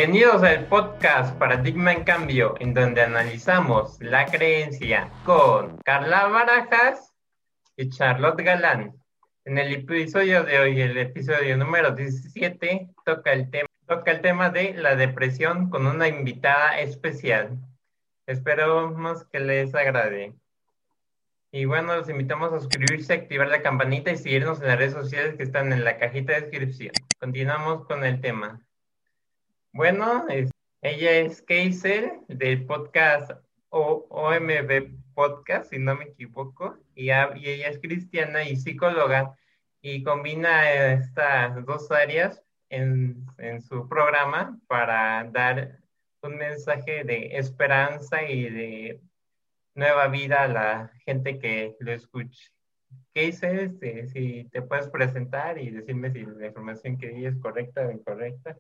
Bienvenidos al podcast Paradigma en Cambio, en donde analizamos la creencia con Carla Barajas y Charlotte Galán. En el episodio de hoy, el episodio número 17, toca el tema de la depresión con una invitada especial. Esperamos que les agrade. Y bueno, los invitamos a suscribirse, activar la campanita y seguirnos en las redes sociales que están en la cajita de descripción. Continuamos con el tema. Bueno, ella es Keisel del podcast OMB Podcast, si no me equivoco, y ella es cristiana y psicóloga, y combina estas dos áreas en su programa para dar un mensaje de esperanza y de nueva vida a la gente que lo escuche. Keisel, si te puedes presentar y decirme si la información que di es correcta o incorrecta.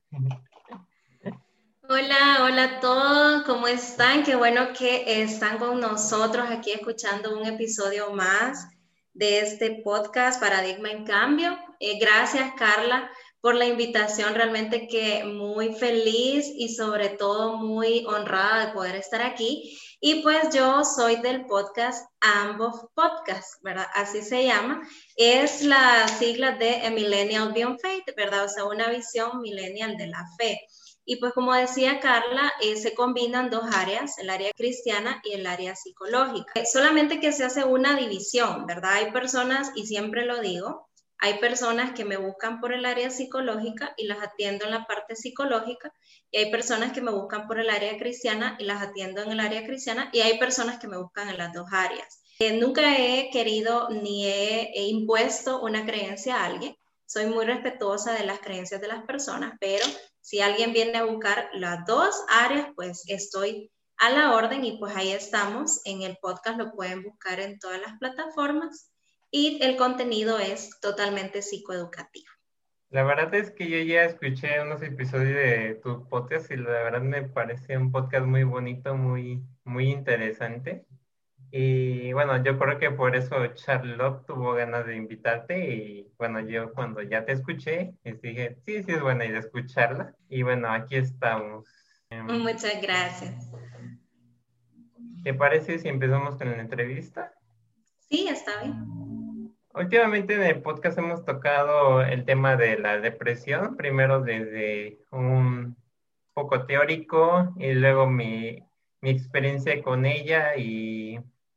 Hola a todos, ¿cómo están? Qué bueno que están con nosotros aquí escuchando un episodio más de este podcast Paradigma en Cambio. Gracias, Carla, por la invitación, realmente que muy feliz y sobre todo muy honrada de poder estar aquí. Y pues yo soy del podcast Ambos Podcast, ¿verdad? Así se llama. Es la sigla de A Millennial Beyond Faith, ¿verdad? O sea, una visión millennial de la fe. Y pues como decía Carla, se combinan dos áreas, el área cristiana y el área psicológica. Solamente que se hace una división, ¿verdad? Hay personas, y siempre lo digo, hay personas que me buscan por el área psicológica y las atiendo en la parte psicológica, y hay personas que me buscan por el área cristiana y las atiendo en el área cristiana, y hay personas que me buscan en las dos áreas. Nunca he querido ni he impuesto una creencia a alguien. Soy muy respetuosa de las creencias de las personas, pero si alguien viene a buscar las dos áreas, pues estoy a la orden y pues ahí estamos. En el podcast lo pueden buscar en todas las plataformas y el contenido es totalmente psicoeducativo. La verdad es que yo ya escuché unos episodios de tu podcast y la verdad me parece un podcast muy bonito, muy interesante. Y bueno, yo creo que por eso Charlotte tuvo ganas de invitarte y bueno, yo cuando ya te escuché, dije, sí es buena idea escucharla. Y bueno, aquí estamos. Muchas gracias. ¿Te parece si empezamos con la entrevista? Sí, está bien. Últimamente en el podcast hemos tocado el tema de la depresión, primero desde un poco teórico y luego mi experiencia con ella y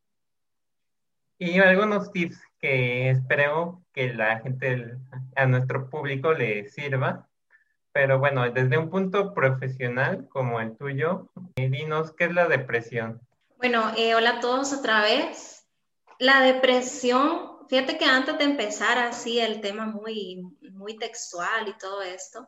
algunos tips que esperemos que la gente, a nuestro público le sirva. Pero bueno, desde un punto profesional como el tuyo, dinos, ¿qué es la depresión? Bueno, hola a todos otra vez. La depresión, fíjate que antes de empezar así el tema muy textual y todo esto,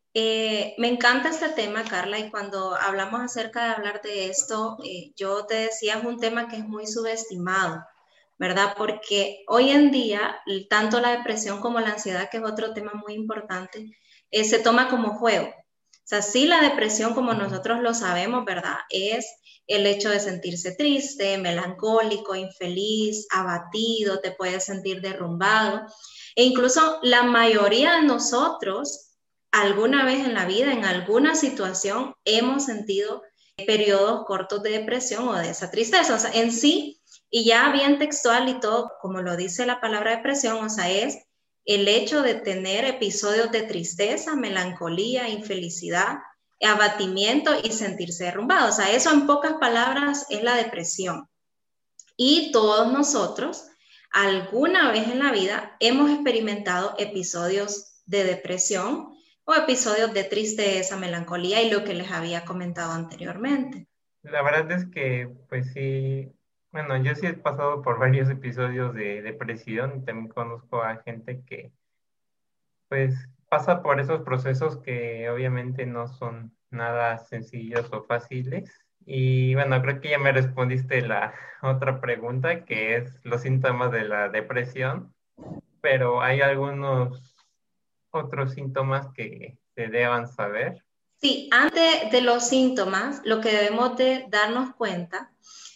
me encanta este tema, Carla, y cuando hablamos acerca de hablar de esto, yo te decía, es un tema que es muy subestimado, ¿verdad? Porque hoy en día, tanto la depresión como la ansiedad, que es otro tema muy importante, se toma como juego. O sea, sí, la depresión, como nosotros lo sabemos, ¿verdad? Es el hecho de sentirse triste, melancólico, infeliz, abatido, te puedes sentir derrumbado. E incluso la mayoría de nosotros, alguna vez en la vida, en alguna situación, hemos sentido periodos cortos de depresión o de esa tristeza. O sea, en sí, y ya bien textual y todo, como lo dice la palabra depresión, o sea, es el hecho de tener episodios de tristeza, melancolía, infelicidad, abatimiento y sentirse derrumbado. O sea, eso en pocas palabras es la depresión. Y todos nosotros, alguna vez en la vida, hemos experimentado episodios de depresión o episodios de tristeza, melancolía y lo que les había comentado anteriormente. La verdad es que, pues sí, bueno, yo sí he pasado por varios episodios de depresión y también conozco a gente que, pues, pasa por esos procesos que obviamente no son nada sencillos o fáciles. Y bueno, creo que ya me respondiste la otra pregunta, que es los síntomas de la depresión, pero hay algunos otros síntomas que se deban saber. Sí, antes de los síntomas, lo que debemos de darnos cuenta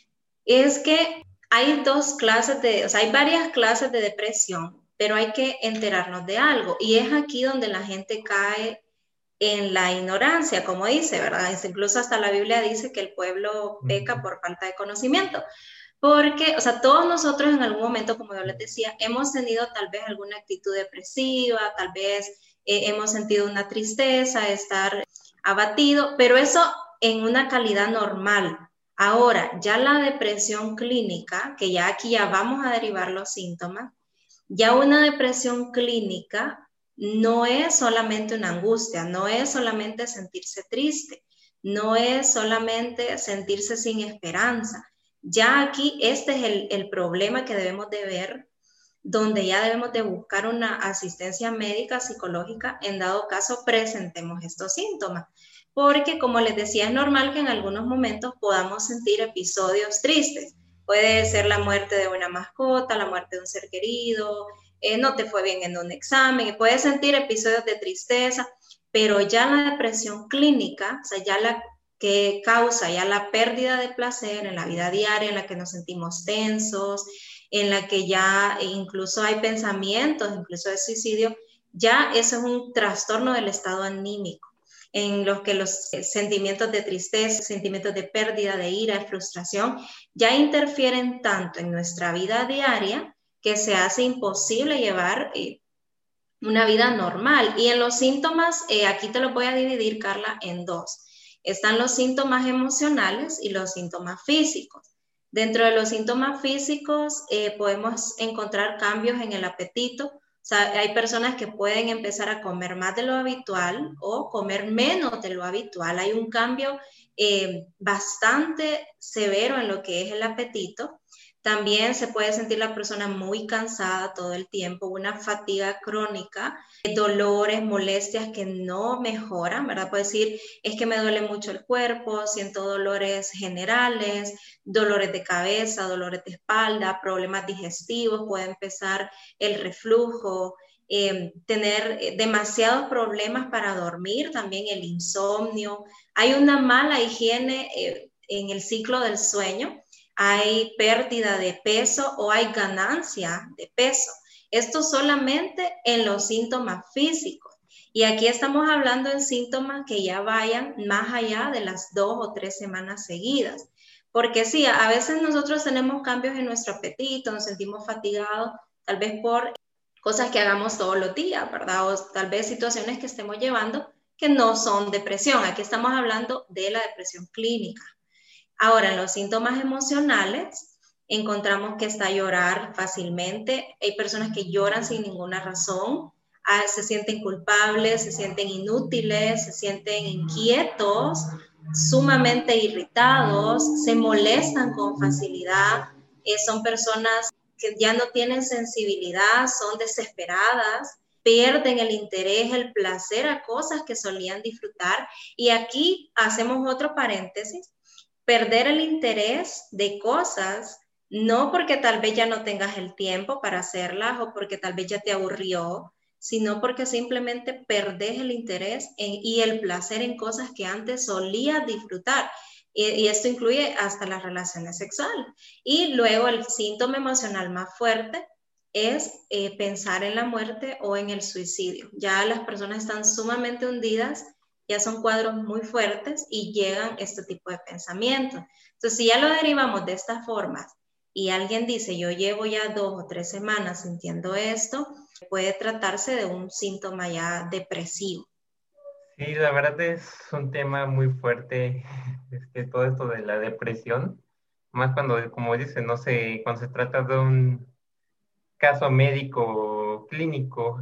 es que hay dos clases o sea, hay varias clases de depresión, pero hay que enterarnos de algo. Y es aquí donde la gente cae en la ignorancia, como dice, ¿verdad? Incluso hasta la Biblia dice que el pueblo peca por falta de conocimiento. Porque, o sea, todos nosotros en algún momento, como yo les decía, hemos tenido tal vez alguna actitud depresiva, tal vez hemos sentido una tristeza, estar abatido, pero eso en una calidad normal. Ahora, ya la depresión clínica, que ya aquí ya vamos a derivar los síntomas, ya una depresión clínica no es solamente una angustia, no es solamente sentirse triste, no es solamente sentirse sin esperanza. Ya aquí este es el problema que debemos de ver, donde ya debemos de buscar una asistencia médica, psicológica, en dado caso presentemos estos síntomas. Porque, como les decía, es normal que en algunos momentos podamos sentir episodios tristes. Puede ser la muerte de una mascota, la muerte de un ser querido, no te fue bien en un examen, y puedes sentir episodios de tristeza, pero ya la depresión clínica, o sea, ya la que causa ya la pérdida de placer en la vida diaria, en la que nos sentimos tensos, en la que ya incluso hay pensamientos, incluso de suicidio, ya eso es un trastorno del estado anímico, en los que los sentimientos de tristeza, sentimientos de pérdida, de ira, de frustración, ya interfieren tanto en nuestra vida diaria que se hace imposible llevar una vida normal. Y en los síntomas, aquí te lo voy a dividir, Carla, en dos. Están los síntomas emocionales y los síntomas físicos. Dentro de los síntomas físicos podemos encontrar cambios en el apetito. O sea, hay personas que pueden empezar a comer más de lo habitual o comer menos de lo habitual. Hay un cambio bastante severo en lo que es el apetito. También se puede sentir la persona muy cansada todo el tiempo, una fatiga crónica, dolores, molestias que no mejoran, ¿verdad? Puede decir, es que me duele mucho el cuerpo, siento dolores generales, dolores de cabeza, dolores de espalda, problemas digestivos, puede empezar el reflujo, tener demasiados problemas para dormir, también el insomnio. Hay una mala higiene en el ciclo del sueño. Hay pérdida de peso o hay ganancia de peso. Esto solamente en los síntomas físicos. Y aquí estamos hablando en síntomas que ya vayan más allá de las 2 o 3 semanas seguidas. Porque sí, a veces nosotros tenemos cambios en nuestro apetito, nos sentimos fatigados, tal vez por cosas que hagamos todos los días, ¿verdad? O tal vez situaciones que estemos llevando que no son depresión. Aquí estamos hablando de la depresión clínica. Ahora, en los síntomas emocionales, encontramos que está llorar fácilmente. Hay personas que lloran sin ninguna razón, se sienten culpables, se sienten inútiles, se sienten inquietos, sumamente irritados, se molestan con facilidad, son personas que ya no tienen sensibilidad, son desesperadas, pierden el interés, el placer a cosas que solían disfrutar. Y aquí hacemos otro paréntesis. Perder el interés de cosas, no porque tal vez ya no tengas el tiempo para hacerlas o porque tal vez ya te aburrió, sino porque simplemente perdés el interés y el placer en cosas que antes solías disfrutar. Y esto incluye hasta las relaciones sexuales. Y luego el síntoma emocional más fuerte es pensar en la muerte o en el suicidio. Ya las personas están sumamente hundidas, ya son cuadros muy fuertes y llegan este tipo de pensamientos. Entonces, si ya lo derivamos de estas formas y alguien dice, yo llevo ya 2 o 3 semanas sintiendo esto, puede tratarse de un síntoma ya depresivo. Sí, la verdad es un tema muy fuerte, todo esto de la depresión, más cuando, como dice, no sé, cuando se trata de un caso médico clínico.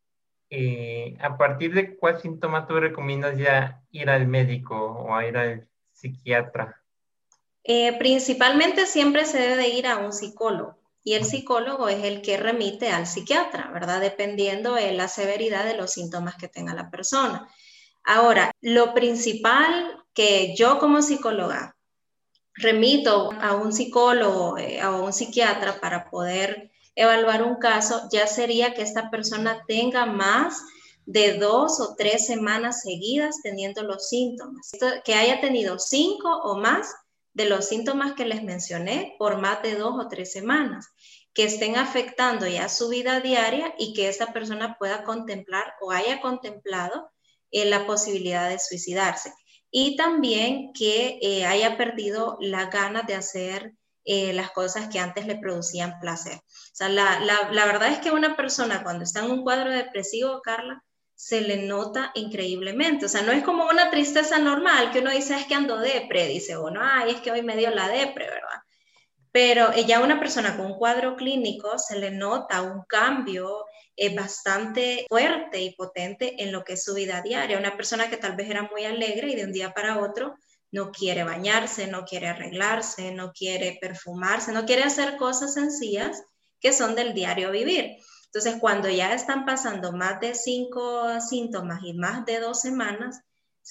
¿A partir de cuál síntoma tú recomiendas ya ir al médico o a ir al psiquiatra? Principalmente siempre se debe de ir a un psicólogo y el psicólogo es el que remite al psiquiatra, ¿verdad? Dependiendo de la severidad de los síntomas que tenga la persona. Ahora, lo principal que yo como psicóloga remito a un psicólogo, a un psiquiatra para poder evaluar un caso, ya sería que esta persona tenga más de 2 o 3 semanas seguidas teniendo los síntomas, que haya tenido 5 o más de los síntomas que les mencioné por más de 2 o 3 semanas, que estén afectando ya su vida diaria y que esta persona pueda contemplar o haya contemplado la posibilidad de suicidarse. Y también que haya perdido las ganas de hacer las cosas que antes le producían placer. O sea, la verdad es que una persona cuando está en un cuadro depresivo, Carla, se le nota increíblemente. O sea, no es como una tristeza normal que uno dice es que ando depre, dice uno, ay, es que hoy me dio la depre, ¿verdad? Pero ya una persona con un cuadro clínico se le nota un cambio bastante fuerte y potente en lo que es su vida diaria. Una persona que tal vez era muy alegre y de un día para otro no quiere bañarse, no quiere arreglarse, no quiere perfumarse, no quiere hacer cosas sencillas que son del diario vivir. Entonces, cuando ya están pasando más de 5 síntomas y más de 2 semanas,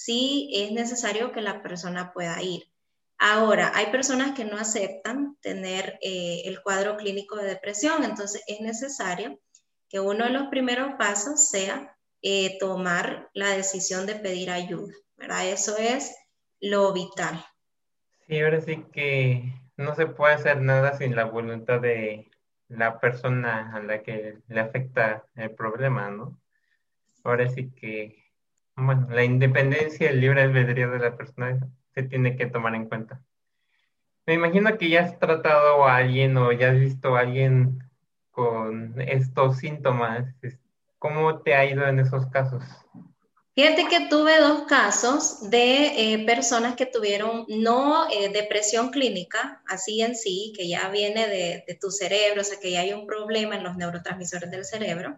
sí es necesario que la persona pueda ir. Ahora, hay personas que no aceptan tener el cuadro clínico de depresión, entonces es necesario que uno de los primeros pasos sea tomar la decisión de pedir ayuda, ¿verdad? Eso es lo vital. Sí, ahora sí que no se puede hacer nada sin la voluntad de la persona a la que le afecta el problema, ¿no? Ahora sí que, bueno, la independencia y el libre albedrío de la persona se tiene que tomar en cuenta. Me imagino que ya has tratado a alguien o ya has visto a alguien con estos síntomas. ¿Cómo te ha ido en esos casos? Fíjate que tuve 2 casos de personas que tuvieron no depresión clínica, así en sí, que ya viene de tu cerebro, o sea, que ya hay un problema en los neurotransmisores del cerebro,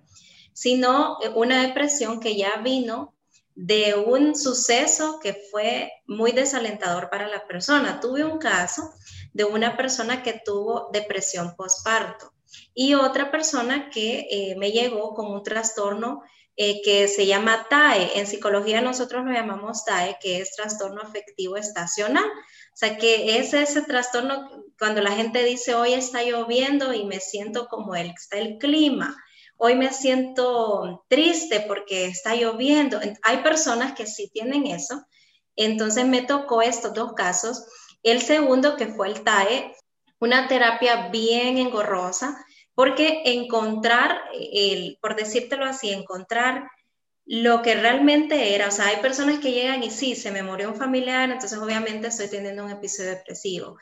sino una depresión que ya vino de un suceso que fue muy desalentador para la persona. Tuve un caso de una persona que tuvo depresión postparto y otra persona que me llegó con un trastorno que se llama TAE. En psicología nosotros lo llamamos TAE, que es trastorno afectivo estacional. O sea, que es ese trastorno cuando la gente dice, hoy está lloviendo y me siento como está el clima. Hoy me siento triste porque está lloviendo. Hay personas que sí tienen eso. Entonces me tocó estos 2 casos. El segundo, que fue el TAE, una terapia bien engorrosa, porque encontrar, por decírtelo así, encontrar lo que realmente era, o sea, hay personas que llegan y sí, se me murió un familiar, entonces obviamente estoy teniendo un episodio depresivo.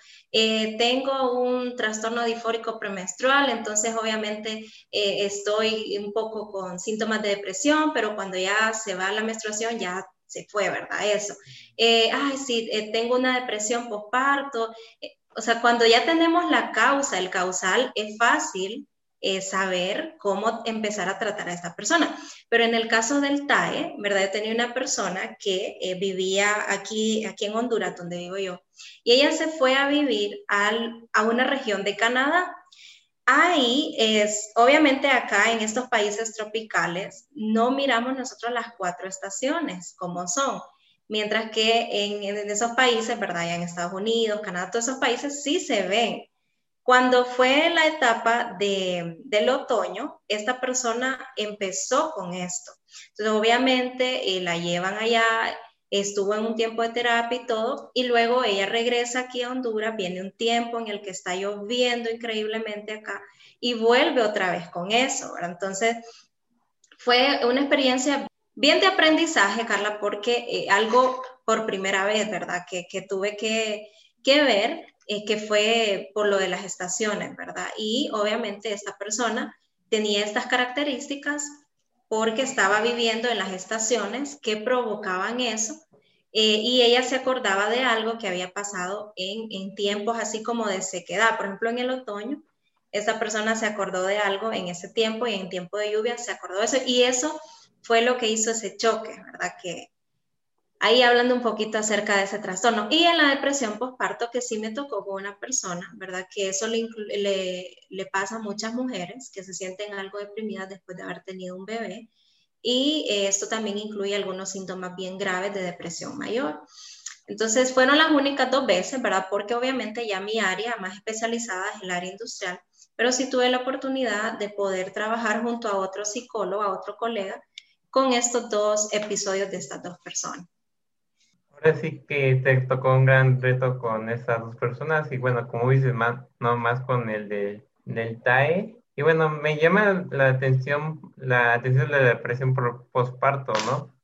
Tengo un trastorno disfórico premenstrual, entonces obviamente estoy un poco con síntomas de depresión, pero cuando ya se va la menstruación ya se fue, ¿verdad? Eso. Ay, sí, tengo una depresión postparto. O sea, cuando ya tenemos la causa, el causal, es fácil saber cómo empezar a tratar a esta persona. Pero en el caso del TAE, ¿verdad? Yo tenía una persona que vivía aquí en Honduras, donde vivo yo, y ella se fue a vivir a una región de Canadá. Ahí es, obviamente acá en estos países tropicales, no miramos nosotros las 4 estaciones como son, mientras que en esos países, ¿verdad? Ya en Estados Unidos, Canadá, todos esos países sí se ven. Cuando fue la etapa del otoño, esta persona empezó con esto. Entonces, obviamente, la llevan allá, estuvo en un tiempo de terapia y todo, y luego ella regresa aquí a Honduras, viene un tiempo en el que está lloviendo increíblemente acá, y vuelve otra vez con eso, ¿verdad? Entonces, fue una experiencia bien de aprendizaje, Carla, porque algo por primera vez, ¿verdad? Que tuve que ver, que fue por lo de las estaciones, ¿verdad? Y obviamente esta persona tenía estas características porque estaba viviendo en las estaciones que provocaban eso, y ella se acordaba de algo que había pasado en tiempos así como de sequedad. Por ejemplo, en el otoño, esa persona se acordó de algo en ese tiempo y en tiempo de lluvia se acordó de eso. Y eso fue lo que hizo ese choque, ¿verdad? Que ahí hablando un poquito acerca de ese trastorno. Y en la depresión postparto, que sí me tocó con una persona, ¿verdad? Que eso le pasa a muchas mujeres que se sienten algo deprimidas después de haber tenido un bebé. Y esto también incluye algunos síntomas bien graves de depresión mayor. Entonces fueron las únicas 2 veces, ¿verdad? Porque obviamente ya mi área más especializada es el área industrial, pero sí tuve la oportunidad de poder trabajar junto a otro psicólogo, a otro colega, con estos 2 episodios de estas 2 personas. Ahora sí que te tocó un gran reto con esas dos personas y bueno, como dices, más, no más con el del TAE. Y bueno, me llama la atención de la depresión por posparto, ¿no?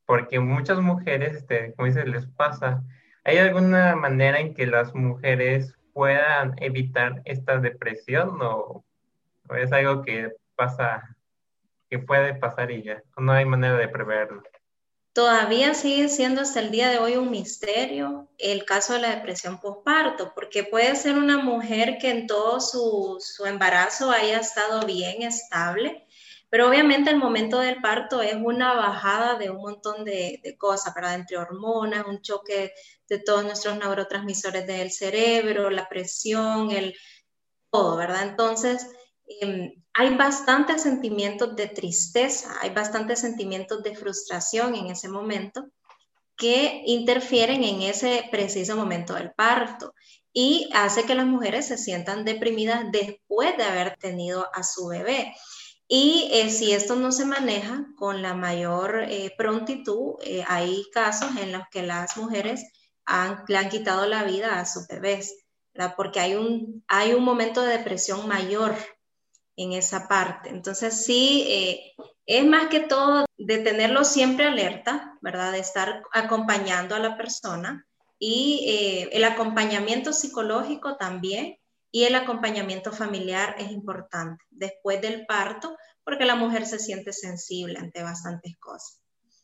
porque muchas mujeres, como dices, les pasa. ¿Hay alguna manera en que las mujeres puedan evitar esta depresión o es algo que pasa, que puede pasar y ya? No hay manera de preverlo. Todavía sigue siendo hasta el día de hoy un misterio el caso de la depresión postparto, porque puede ser una mujer que en todo su embarazo haya estado bien, estable, pero obviamente el momento del parto es una bajada de un montón de cosas, ¿verdad? Entre hormonas, un choque de todos nuestros neurotransmisores del cerebro, la presión, todo, ¿verdad? Entonces, hay bastantes sentimientos de tristeza, hay bastantes sentimientos de frustración en ese momento que interfieren en ese preciso momento del parto y hace que las mujeres se sientan deprimidas después de haber tenido a su bebé. Y si esto no se maneja con la mayor prontitud, hay casos en los que las mujeres le han quitado la vida a sus bebés, ¿verdad? Porque hay un momento de depresión mayor en esa parte. Entonces sí, es más que todo de tenerlo siempre alerta, ¿verdad? De estar acompañando a la persona y el acompañamiento psicológico también y el acompañamiento familiar es importante después del parto porque la mujer se siente sensible ante bastantes cosas.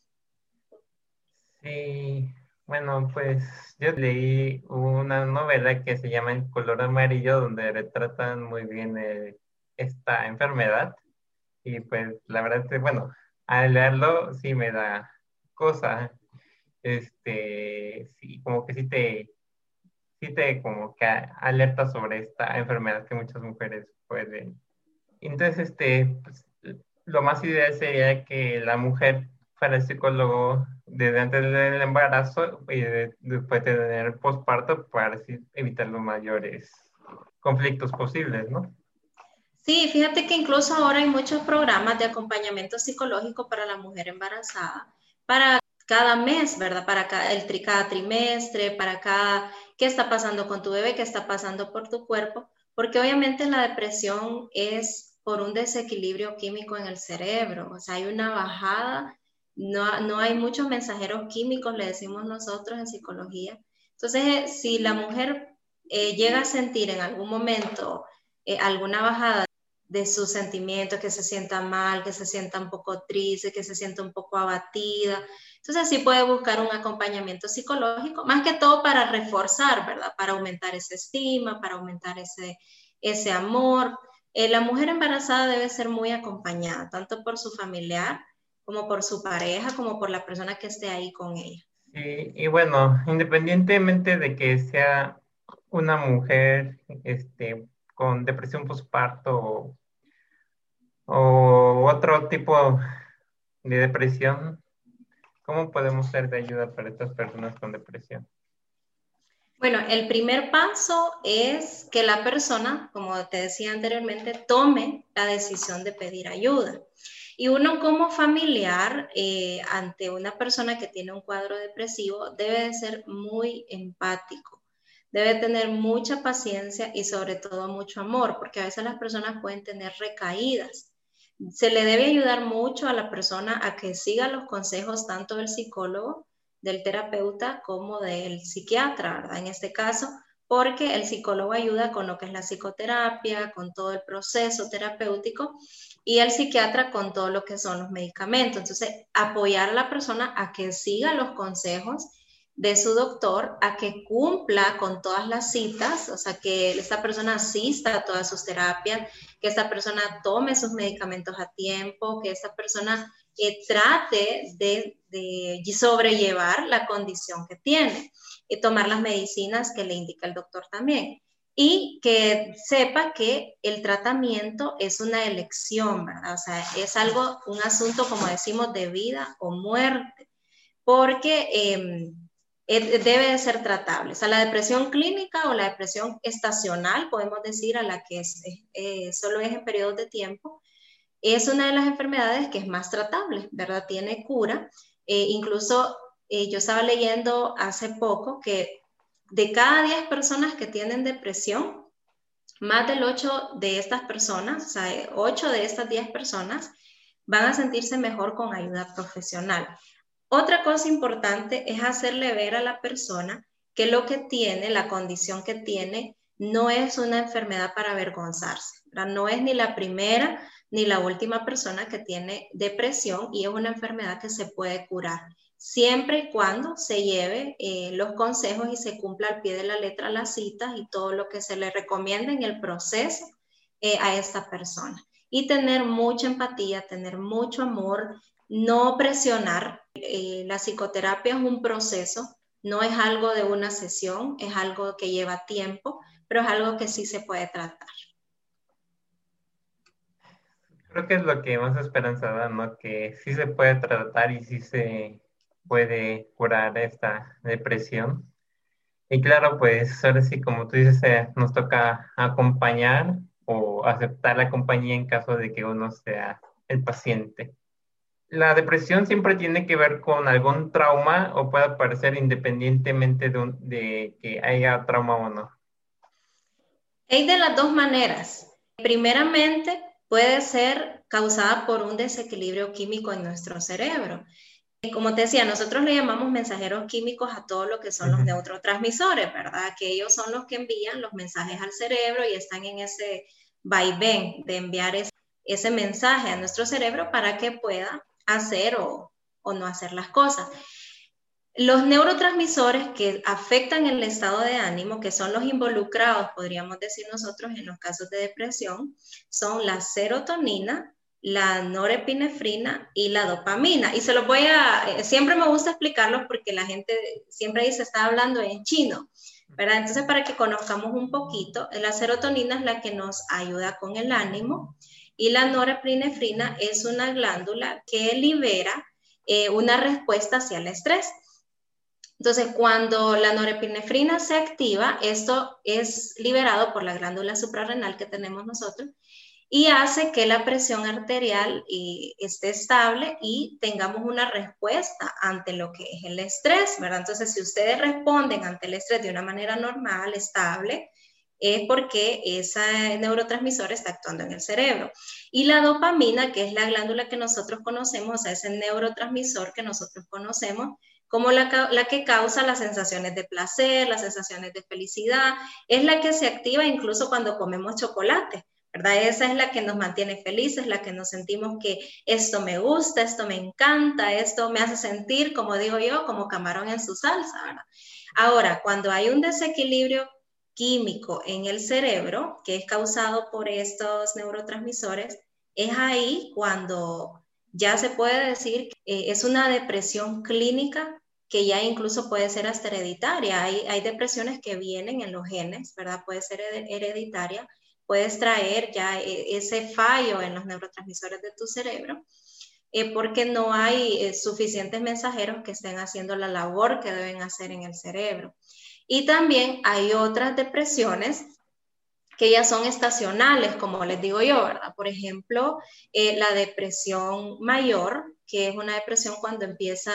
Sí, bueno, pues yo leí una novela que se llama El color amarillo, donde retratan muy bien esta enfermedad. Y pues la verdad es que, bueno, al leerlo sí me da cosa. Sí, como que sí te como que alerta sobre esta enfermedad que muchas mujeres pueden. Entonces, pues, lo más ideal sería que la mujer fuera al psicólogo desde antes del embarazo y después de tener el posparto para así evitar los mayores conflictos posibles, ¿no? Sí, fíjate que incluso ahora hay muchos programas de acompañamiento psicológico para la mujer embarazada, para cada mes, ¿verdad? Para cada trimestre, para cada, qué está pasando con tu bebé, qué está pasando por tu cuerpo, porque obviamente la depresión es por un desequilibrio químico en el cerebro, o sea, hay una bajada, no hay muchos mensajeros químicos, le decimos nosotros en psicología. Entonces, si la mujer llega a sentir en algún momento alguna bajada de sus sentimientos, que se sienta mal, que se sienta un poco triste, que se sienta un poco abatida. Entonces sí puede buscar un acompañamiento psicológico, más que todo para reforzar, ¿verdad? Para aumentar esa estima, para aumentar ese amor. La mujer embarazada debe ser muy acompañada, tanto por su familiar, como por su pareja, como por la persona que esté ahí con ella. Y bueno, independientemente de que sea una mujer con depresión postparto o otro tipo de depresión, ¿cómo podemos ser de ayuda para estas personas con depresión? Bueno, el primer paso es que la persona, como te decía anteriormente, tome la decisión de pedir ayuda. Y uno como familiar, ante una persona que tiene un cuadro depresivo, debe de ser muy empático, debe tener mucha paciencia y sobre todo mucho amor, porque a veces las personas pueden tener recaídas. Se le debe ayudar mucho a la persona a que siga los consejos tanto del psicólogo, del terapeuta como del psiquiatra, ¿verdad? En este caso, porque el psicólogo ayuda con lo que es la psicoterapia, con todo el proceso terapéutico y el psiquiatra con todo lo que son los medicamentos. Entonces, apoyar a la persona a que siga los consejos de su doctor, a que cumpla con todas las citas, o sea, que esta persona asista a todas sus terapias, que esta persona tome sus medicamentos a tiempo, que esta persona trate de sobrellevar la condición que tiene y tomar las medicinas que le indica el doctor también. Y que sepa que el tratamiento es una elección, ¿verdad? O sea, es algo, un asunto, como decimos, de vida o muerte, porque debe de ser tratable. O sea, la depresión clínica o la depresión estacional, podemos decir, a la que solo es en periodos de tiempo, es una de las enfermedades que es más tratable, ¿verdad? Tiene cura. Incluso yo estaba leyendo hace poco que de cada 10 personas que tienen depresión, más del 8 de estas personas, o sea, 8 de estas 10 personas van a sentirse mejor con ayuda profesional. Otra cosa importante es hacerle ver a la persona que lo que tiene, la condición que tiene, no es una enfermedad para avergonzarse, ¿verdad? No es ni la primera ni la última persona que tiene depresión y es una enfermedad que se puede curar, siempre y cuando se lleve los consejos y se cumpla al pie de la letra las citas y todo lo que se le recomienda en el proceso a esta persona. Y tener mucha empatía, tener mucho amor, no presionar. La psicoterapia es un proceso, no es algo de una sesión, es algo que lleva tiempo, pero es algo que sí se puede tratar. Creo que es lo que más esperanza da, ¿no? Que sí se puede tratar y sí se puede curar esta depresión. Y claro, pues ahora sí, como tú dices, nos toca acompañar o aceptar la compañía en caso de que uno sea el paciente. La depresión siempre tiene que ver con algún trauma o puede aparecer independientemente de que haya trauma o no. Hay de las dos maneras. Primeramente, puede ser causada por un desequilibrio químico en nuestro cerebro. Como te decía, nosotros le llamamos mensajeros químicos a todo lo que son los neurotransmisores, ¿verdad? Que ellos son los que envían los mensajes al cerebro y están en ese vaivén de enviar ese mensaje a nuestro cerebro para que pueda hacer o no hacer las cosas. Los neurotransmisores que afectan el estado de ánimo, que son los involucrados, podríamos decir nosotros, en los casos de depresión, son la serotonina, la norepinefrina y la dopamina. Y se los siempre me gusta explicarlos porque la gente siempre dice, está hablando en chino, ¿verdad? Entonces, para que conozcamos un poquito, la serotonina es la que nos ayuda con el ánimo y la norepinefrina es una glándula que libera una respuesta hacia el estrés. Entonces, cuando la norepinefrina se activa, esto es liberado por la glándula suprarrenal que tenemos nosotros y hace que la presión arterial esté estable y tengamos una respuesta ante lo que es el estrés, ¿verdad? Entonces, si ustedes responden ante el estrés de una manera normal, estable, es porque ese neurotransmisor está actuando en el cerebro. Y la dopamina, que es la glándula que nosotros conocemos, o sea, ese neurotransmisor que nosotros conocemos, como la que causa las sensaciones de placer, las sensaciones de felicidad, es la que se activa incluso cuando comemos chocolate, ¿verdad? Esa es la que nos mantiene felices, la que nos sentimos que esto me gusta, esto me encanta, esto me hace sentir, como digo yo, como camarón en su salsa, ¿verdad? Ahora, cuando hay un desequilibrio químico en el cerebro, que es causado por estos neurotransmisores, es ahí cuando ya se puede decir que es una depresión clínica que ya incluso puede ser hasta hereditaria. Hay depresiones que vienen en los genes, ¿verdad? Puede ser hereditaria, puedes traer ya ese fallo en los neurotransmisores de tu cerebro, porque no hay suficientes mensajeros que estén haciendo la labor que deben hacer en el cerebro. Y también hay otras depresiones que ya son estacionales, como les digo yo, ¿verdad? Por ejemplo, la depresión mayor, que es una depresión cuando empieza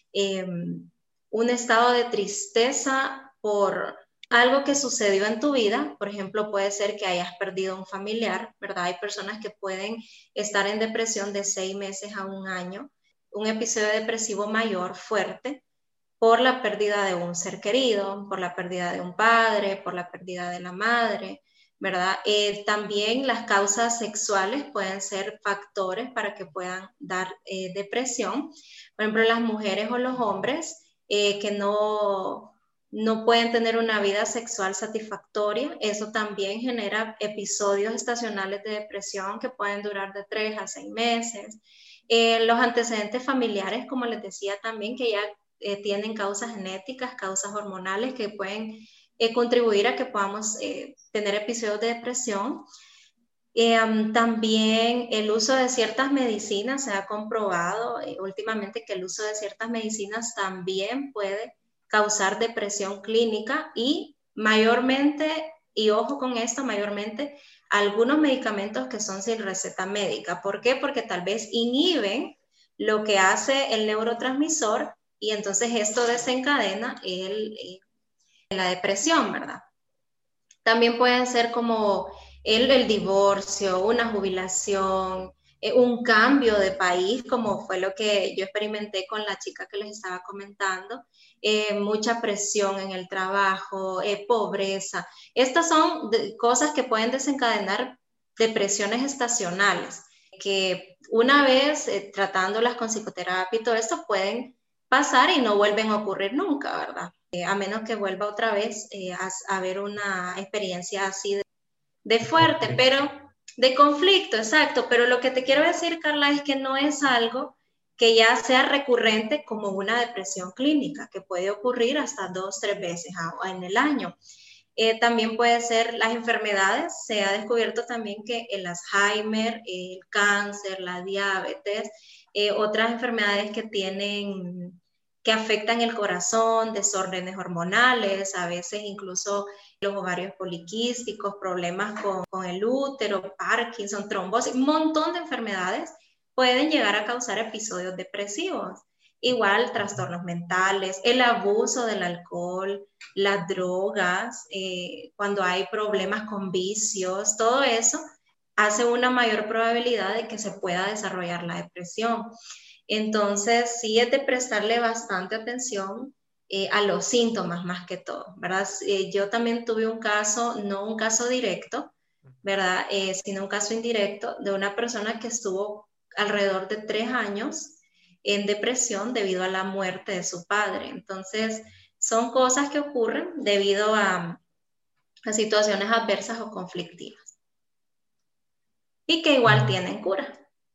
un estado de tristeza por algo que sucedió en tu vida. Por ejemplo, puede ser que hayas perdido un familiar, ¿verdad? Hay personas que pueden estar en depresión de 6 meses a 1 año, un episodio depresivo mayor, fuerte, por la pérdida de un ser querido, por la pérdida de un padre, por la pérdida de la madre, ¿verdad? También las causas sexuales pueden ser factores para que puedan dar depresión. Por ejemplo, las mujeres o los hombres que no pueden tener una vida sexual satisfactoria, eso también genera episodios estacionales de depresión que pueden durar de 3 a 6 meses. Los antecedentes familiares, como les decía también, que ya tienen causas genéticas, causas hormonales que pueden contribuir a que podamos tener episodios de depresión. También el uso de ciertas medicinas, se ha comprobado últimamente que el uso de ciertas medicinas también puede causar depresión clínica y mayormente, y ojo con esto, mayormente algunos medicamentos que son sin receta médica. ¿Por qué? Porque tal vez inhiben lo que hace el neurotransmisor y entonces esto desencadena la depresión, ¿verdad? También pueden ser como el divorcio, una jubilación, un cambio de país, como fue lo que yo experimenté con la chica que les estaba comentando, mucha presión en el trabajo, pobreza. Estas son cosas que pueden desencadenar depresiones estacionales, que una vez tratándolas con psicoterapia y todo esto pueden pasar y no vuelven a ocurrir nunca, ¿verdad? A menos que vuelva otra vez a haber una experiencia así de fuerte, pero de conflicto, exacto. Pero lo que te quiero decir, Carla, es que no es algo que ya sea recurrente como una depresión clínica, que puede ocurrir hasta 2, 3 veces en el año. También puede ser las enfermedades, se ha descubierto también que el Alzheimer, el cáncer, la diabetes, otras enfermedades que afectan el corazón, desórdenes hormonales, a veces incluso los ovarios poliquísticos, problemas con el útero, Parkinson, trombosis, un montón de enfermedades pueden llegar a causar episodios depresivos. Igual trastornos mentales, el abuso del alcohol, las drogas, cuando hay problemas con vicios, todo eso hace una mayor probabilidad de que se pueda desarrollar la depresión. Entonces, sí es de prestarle bastante atención a los síntomas más que todo, ¿verdad? Yo también tuve un caso, no un caso directo, ¿verdad? Sino un caso indirecto de una persona que estuvo alrededor de 3 años en depresión debido a la muerte de su padre. Entonces, son cosas que ocurren debido a situaciones adversas o conflictivas y que igual tienen cura.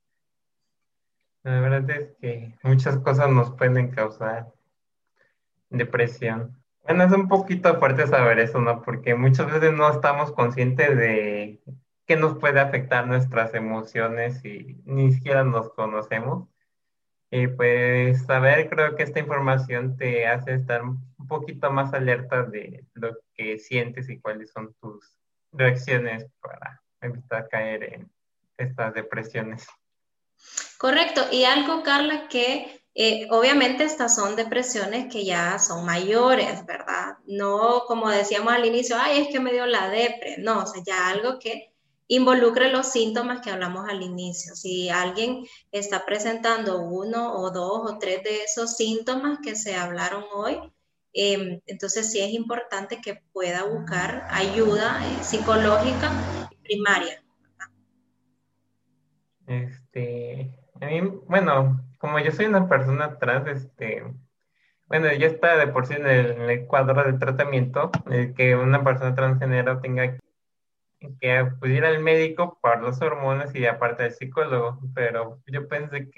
La verdad es que muchas cosas nos pueden causar depresión. Bueno, es un poquito fuerte saber eso, ¿no? Porque muchas veces no estamos conscientes de qué nos puede afectar nuestras emociones y ni siquiera nos conocemos. Y pues saber, creo que esta información te hace estar un poquito más alerta de lo que sientes y cuáles son tus reacciones para evitar caer en estas depresiones. Correcto. Y algo, Carla, que obviamente estas son depresiones que ya son mayores, ¿verdad? No como decíamos al inicio, ay, es que me dio la depre. No, o sea, ya algo que involucre los síntomas que hablamos al inicio. Si alguien está presentando 1 o 2 o 3 de esos síntomas que se hablaron hoy, entonces sí es importante que pueda buscar ayuda psicológica primaria. A mí, bueno, como yo soy una persona trans, bueno, ya está de por sí en el cuadro del tratamiento, el que una persona transgénero tenga que acudir al médico por las hormonas y aparte al psicólogo, pero yo pensé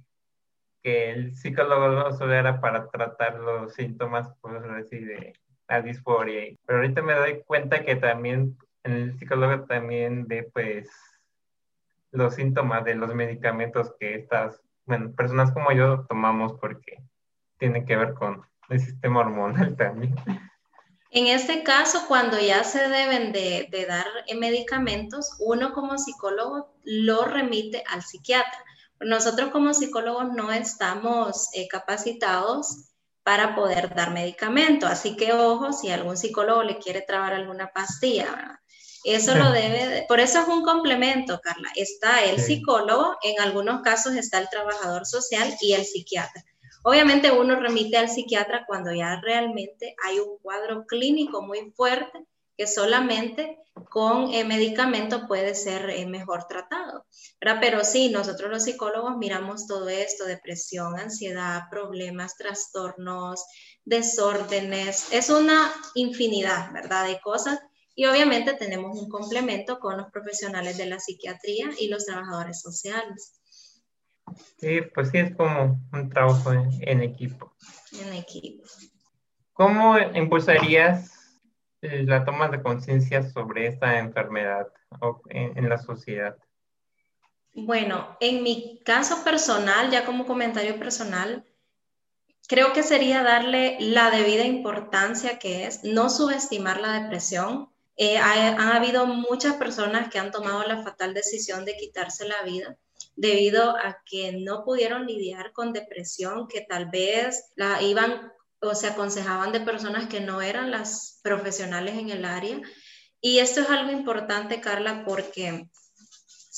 que el psicólogo no solo era para tratar los síntomas, pues así de la disforia, pero ahorita me doy cuenta que también el psicólogo también ve pues los síntomas de los medicamentos que estas, bueno, personas como yo tomamos porque tiene que ver con el sistema hormonal también. En este caso, cuando ya se deben de dar medicamentos, uno como psicólogo lo remite al psiquiatra. Nosotros como psicólogos no estamos capacitados para poder dar medicamento, así que ojo, si algún psicólogo le quiere trabar alguna pastilla, ¿verdad? Eso lo debe, por eso es un complemento, Carla. Está el psicólogo, en algunos casos está el trabajador social y el psiquiatra. Obviamente uno remite al psiquiatra cuando ya realmente hay un cuadro clínico muy fuerte que solamente con medicamento puede ser mejor tratado, ¿verdad? Pero sí, nosotros los psicólogos miramos todo esto, depresión, ansiedad, problemas, trastornos, desórdenes, es una infinidad, ¿verdad? De cosas y obviamente tenemos un complemento con los profesionales de la psiquiatría y los trabajadores sociales. Sí, pues sí, es como un trabajo en equipo. En equipo. ¿Cómo impulsarías la toma de conciencia sobre esta enfermedad en la sociedad? Bueno, en mi caso personal, ya como comentario personal, creo que sería darle la debida importancia que es no subestimar la depresión. Han habido muchas personas que han tomado la fatal decisión de quitarse la vida debido a que no pudieron lidiar con depresión, que tal vez la iban o se aconsejaban de personas que no eran las profesionales en el área. Y esto es algo importante, Carla, porque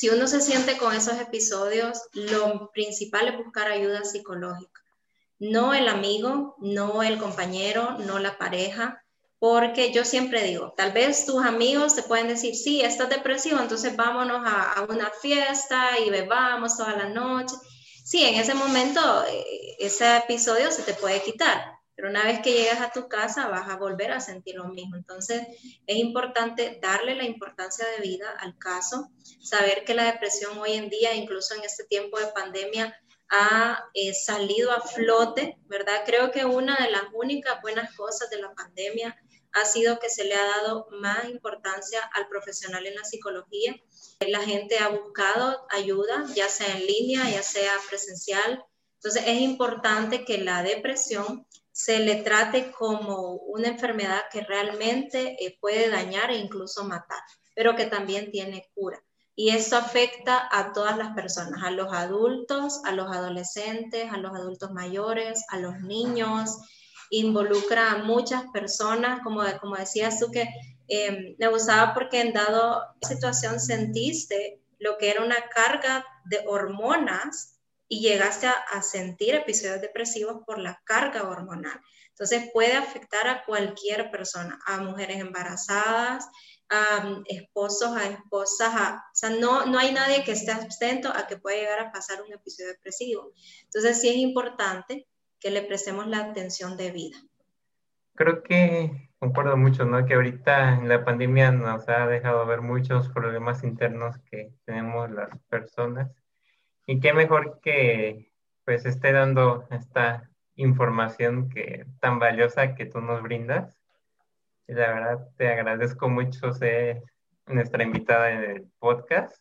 Si uno se siente con esos episodios, lo principal es buscar ayuda psicológica. No el amigo, no el compañero, no la pareja, porque yo siempre digo, tal vez tus amigos te pueden decir, sí, estás depresivo, entonces vámonos a una fiesta y bebamos toda la noche. Sí, en ese momento ese episodio se te puede quitar, pero una vez que llegas a tu casa vas a volver a sentir lo mismo. Entonces es importante darle la importancia de vida al caso, saber que la depresión hoy en día, incluso en este tiempo de pandemia, ha salido a flote, ¿verdad? Creo que una de las únicas buenas cosas de la pandemia ha sido que se le ha dado más importancia al profesional en la psicología. La gente ha buscado ayuda, ya sea en línea, ya sea presencial. Entonces es importante que la depresión se le trate como una enfermedad que realmente puede dañar e incluso matar, pero que también tiene cura. Y esto afecta a todas las personas, a los adultos, a los adolescentes, a los adultos mayores, a los niños, involucra a muchas personas, como decías tú, que me gustaba porque en dado situación sentiste lo que era una carga de hormonas y llegaste a sentir episodios depresivos por la carga hormonal. Entonces puede afectar a cualquier persona, a mujeres embarazadas, a esposos, a esposas, o sea, no hay nadie que esté abstento a que pueda llegar a pasar un episodio depresivo. Entonces sí es importante que le prestemos la atención debida. Creo que concuerdo mucho, ¿no? Que ahorita en la pandemia nos ha dejado ver muchos problemas internos que tenemos las personas. Y qué mejor que pues esté dando esta información tan valiosa que tú nos brindas. Y la verdad te agradezco mucho ser nuestra invitada en el podcast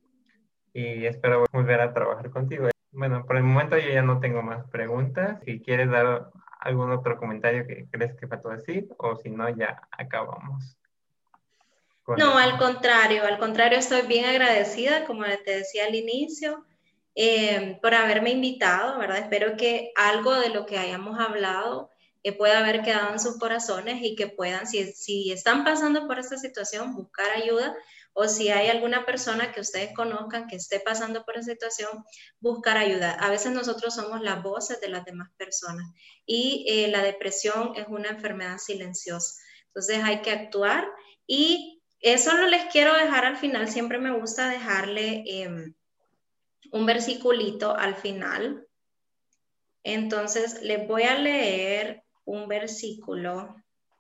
y espero volver a trabajar contigo. Bueno, por el momento yo ya no tengo más preguntas. Si quieres dar algún otro comentario que crees que faltó decir o si no, ya acabamos. No, al contrario, estoy bien agradecida, como te decía al inicio, por haberme invitado, ¿verdad? Espero que algo de lo que hayamos hablado pueda haber quedado en sus corazones y que puedan, si están pasando por esta situación, buscar ayuda, o si hay alguna persona que ustedes conozcan que esté pasando por esa situación, buscar ayuda. A veces nosotros somos las voces de las demás personas y la depresión es una enfermedad silenciosa. Entonces hay que actuar y eso lo les quiero dejar al final. Siempre me gusta dejarle un versiculito al final. Entonces les voy a leer un versículo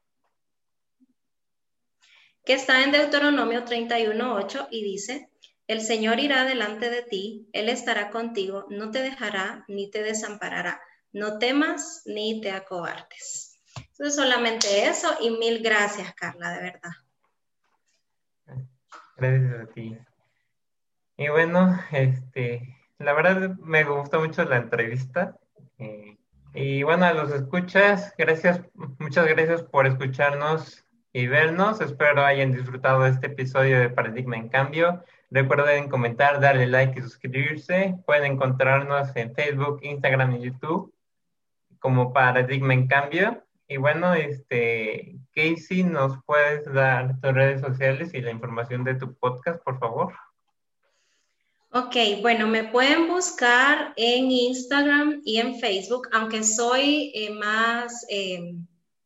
que está en Deuteronomio 31:8 y dice: el Señor irá delante de ti, Él estará contigo, no te dejará ni te desamparará. No temas ni te acobardes. Entonces solamente eso y mil gracias, Carla, de verdad. Gracias a ti. Y bueno, la verdad me gustó mucho la entrevista. Y bueno, a los escuchas, muchas gracias por escucharnos y vernos. Espero hayan disfrutado de este episodio de Paradigma en Cambio. Recuerden comentar, darle like y suscribirse. Pueden encontrarnos en Facebook, Instagram y YouTube como Paradigma en Cambio. Y bueno, Casey, ¿nos puedes dar tus redes sociales y la información de tu podcast, por favor? Ok, bueno, me pueden buscar en Instagram y en Facebook, aunque estoy más en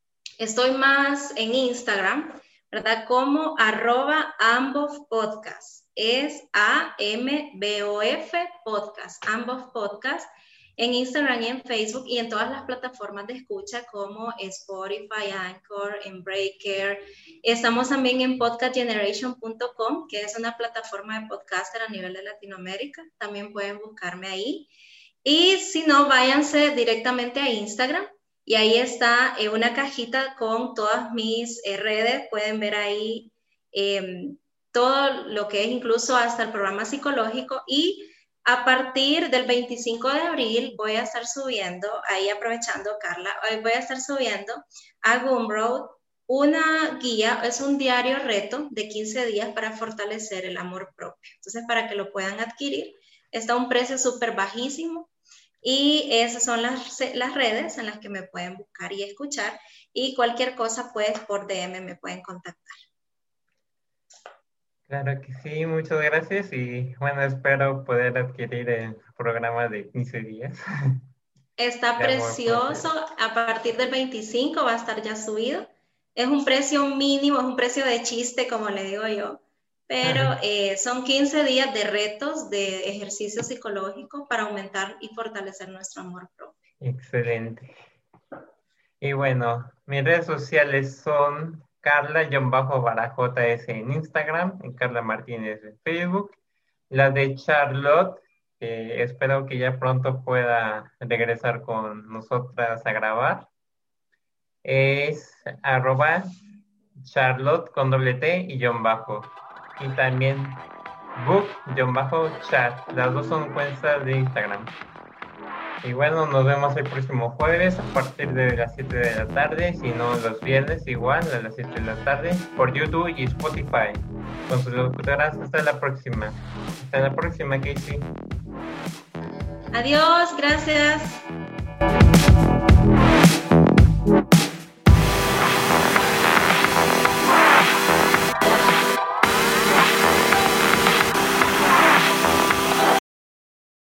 Instagram, ¿verdad? Como @ambofpodcast. Es AMBOF podcast, ambos podcast. En Instagram y en Facebook y en todas las plataformas de escucha como Spotify, Anchor, en Breaker. Estamos también en podcastgeneration.com, que es una plataforma de podcaster a nivel de Latinoamérica. También pueden buscarme ahí. Y si no, váyanse directamente a Instagram y ahí está una cajita con todas mis redes. Pueden ver ahí todo lo que es incluso hasta el programa psicológico y a partir del 25 de abril voy a estar subiendo, ahí aprovechando Carla, hoy voy a estar subiendo a Gumroad una guía, es un diario reto de 15 días para fortalecer el amor propio. Entonces, para que lo puedan adquirir, está a un precio súper bajísimo y esas son las redes en las que me pueden buscar y escuchar y cualquier cosa, pues por DM me pueden contactar. Claro que sí, muchas gracias y bueno, espero poder adquirir el programa de 15 días Está de amor propio. precioso, a partir del 25 va a estar ya subido. Es un precio mínimo, es un precio de chiste, como le digo yo, pero son 15 días de retos, de ejercicio psicológico para aumentar y fortalecer nuestro amor propio. Excelente. Y bueno, mis redes sociales son Carla-Barajs en Instagram, y Carla Martínez en Facebook. La de Charlotte, que espero que ya pronto pueda regresar con nosotras a grabar, es @Charlotte con doble T y guión bajo. Y también book-chat. Las dos son cuentas de Instagram. Y bueno, nos vemos el próximo jueves a partir de las 7 de la tarde, si no los viernes igual a las 7 de la tarde, por YouTube y Spotify. Con sus locutoras, hasta la próxima. Hasta la próxima, Casey. Adiós, gracias.